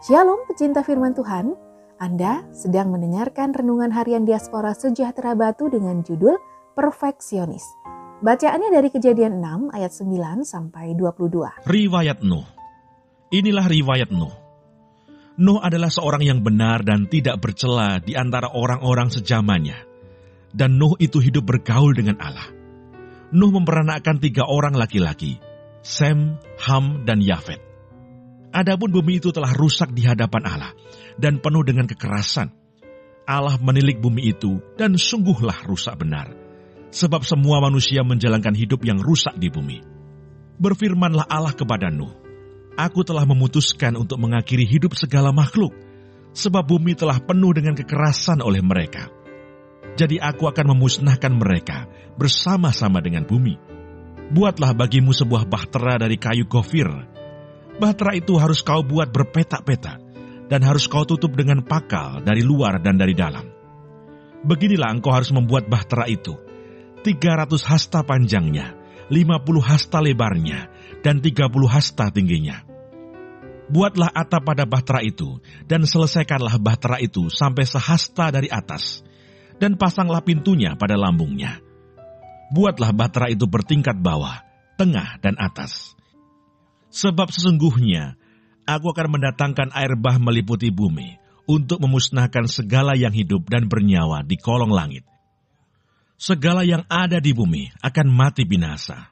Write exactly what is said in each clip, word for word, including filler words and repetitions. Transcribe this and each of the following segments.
Shalom pecinta firman Tuhan, Anda sedang mendengarkan Renungan Harian Diaspora Sejahtera Batu dengan judul Perfeksionis. Bacaannya dari Kejadian enam ayat sembilan sampai dua puluh dua. Riwayat Nuh. Inilah riwayat Nuh. Nuh adalah seorang yang benar dan tidak bercela di antara orang-orang sejamannya. Dan Nuh itu hidup bergaul dengan Allah. Nuh memperanakkan tiga orang laki-laki, Sem, Ham, dan Yafet. Adapun bumi itu telah rusak di hadapan Allah dan penuh dengan kekerasan. Allah menilik bumi itu dan sungguhlah rusak benar. Sebab semua manusia menjalankan hidup yang rusak di bumi. Berfirmanlah Allah kepada Nuh, Aku telah memutuskan untuk mengakhiri hidup segala makhluk, sebab bumi telah penuh dengan kekerasan oleh mereka. Jadi aku akan memusnahkan mereka bersama-sama dengan bumi. Buatlah bagimu sebuah bahtera dari kayu gofir. Bahtera itu harus kau buat berpetak-petak, dan harus kau tutup dengan pakal dari luar dan dari dalam. Beginilah engkau harus membuat bahtera itu. tiga ratus hasta panjangnya, lima puluh hasta lebarnya, dan tiga puluh hasta tingginya. Buatlah atap pada bahtera itu, dan selesaikanlah bahtera itu sampai sehasta dari atas, dan pasanglah pintunya pada lambungnya. Buatlah bahtera itu bertingkat bawah, tengah, dan atas. Sebab sesungguhnya aku akan mendatangkan air bah meliputi bumi untuk memusnahkan segala yang hidup dan bernyawa di kolong langit. Segala yang ada di bumi akan mati binasa.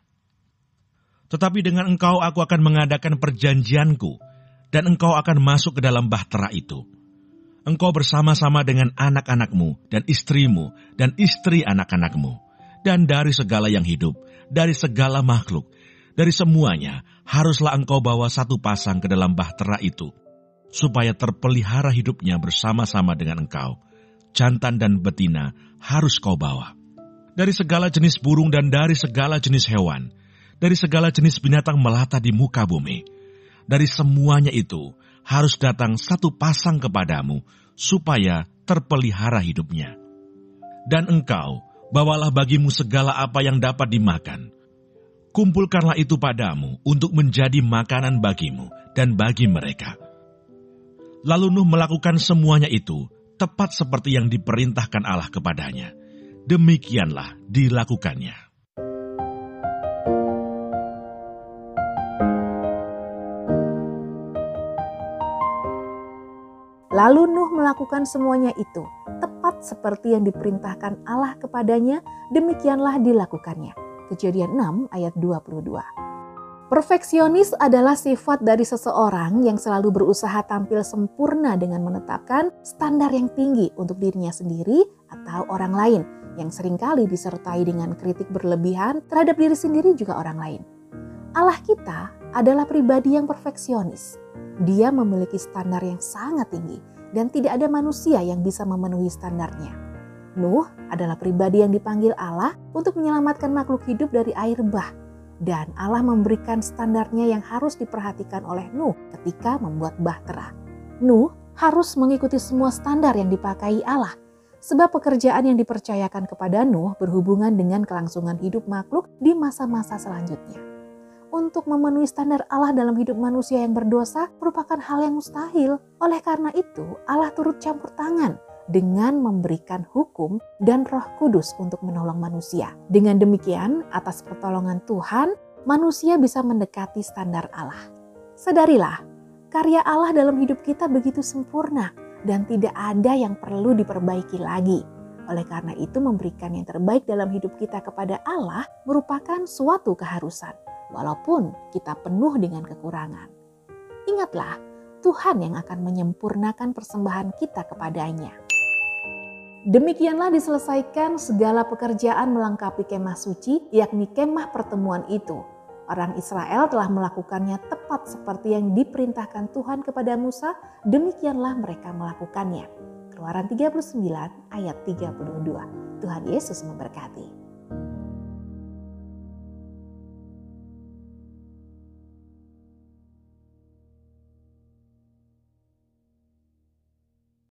Tetapi dengan engkau aku akan mengadakan perjanjianku, dan engkau akan masuk ke dalam bahtera itu. Engkau bersama-sama dengan anak-anakmu dan istrimu dan istri anak-anakmu, dan dari segala yang hidup, dari segala makhluk, dari semuanya, haruslah engkau bawa satu pasang ke dalam bahtera itu, supaya terpelihara hidupnya bersama-sama dengan engkau. Jantan dan betina harus kau bawa. Dari segala jenis burung dan dari segala jenis hewan, dari segala jenis binatang melata di muka bumi, dari semuanya itu harus datang satu pasang kepadamu, supaya terpelihara hidupnya. Dan engkau, bawalah bagimu segala apa yang dapat dimakan. Kumpulkanlah itu padamu untuk menjadi makanan bagimu dan bagi mereka. Lalu Nuh melakukan semuanya itu tepat seperti yang diperintahkan Allah kepadanya. Demikianlah dilakukannya. Lalu Nuh melakukan semuanya itu tepat seperti yang diperintahkan Allah kepadanya, demikianlah dilakukannya. Kejadian enam ayat dua puluh dua. Perfeksionis adalah sifat dari seseorang yang selalu berusaha tampil sempurna dengan menetapkan standar yang tinggi untuk dirinya sendiri atau orang lain, yang seringkali disertai dengan kritik berlebihan terhadap diri sendiri juga orang lain. Allah kita adalah pribadi yang perfeksionis. Dia memiliki standar yang sangat tinggi dan tidak ada manusia yang bisa memenuhi standarnya. Nuh adalah pribadi yang dipanggil Allah untuk menyelamatkan makhluk hidup dari air bah. Dan Allah memberikan standarnya yang harus diperhatikan oleh Nuh ketika membuat bahtera. Nuh harus mengikuti semua standar yang dipakai Allah. Sebab pekerjaan yang dipercayakan kepada Nuh berhubungan dengan kelangsungan hidup makhluk di masa-masa selanjutnya. Untuk memenuhi standar Allah dalam hidup manusia yang berdosa merupakan hal yang mustahil. Oleh karena itu Allah turut campur tangan dengan memberikan hukum dan Roh Kudus untuk menolong manusia. Dengan demikian, atas pertolongan Tuhan, manusia bisa mendekati standar Allah. Sadarilah, karya Allah dalam hidup kita begitu sempurna dan tidak ada yang perlu diperbaiki lagi. Oleh karena itu, memberikan yang terbaik dalam hidup kita kepada Allah merupakan suatu keharusan, walaupun kita penuh dengan kekurangan. Ingatlah, Tuhan yang akan menyempurnakan persembahan kita kepadanya. Demikianlah diselesaikan segala pekerjaan melengkapi kemah suci, yakni kemah pertemuan itu. Orang Israel telah melakukannya tepat seperti yang diperintahkan Tuhan kepada Musa, demikianlah mereka melakukannya. Keluaran tiga puluh sembilan ayat tiga puluh dua. Tuhan Yesus memberkati.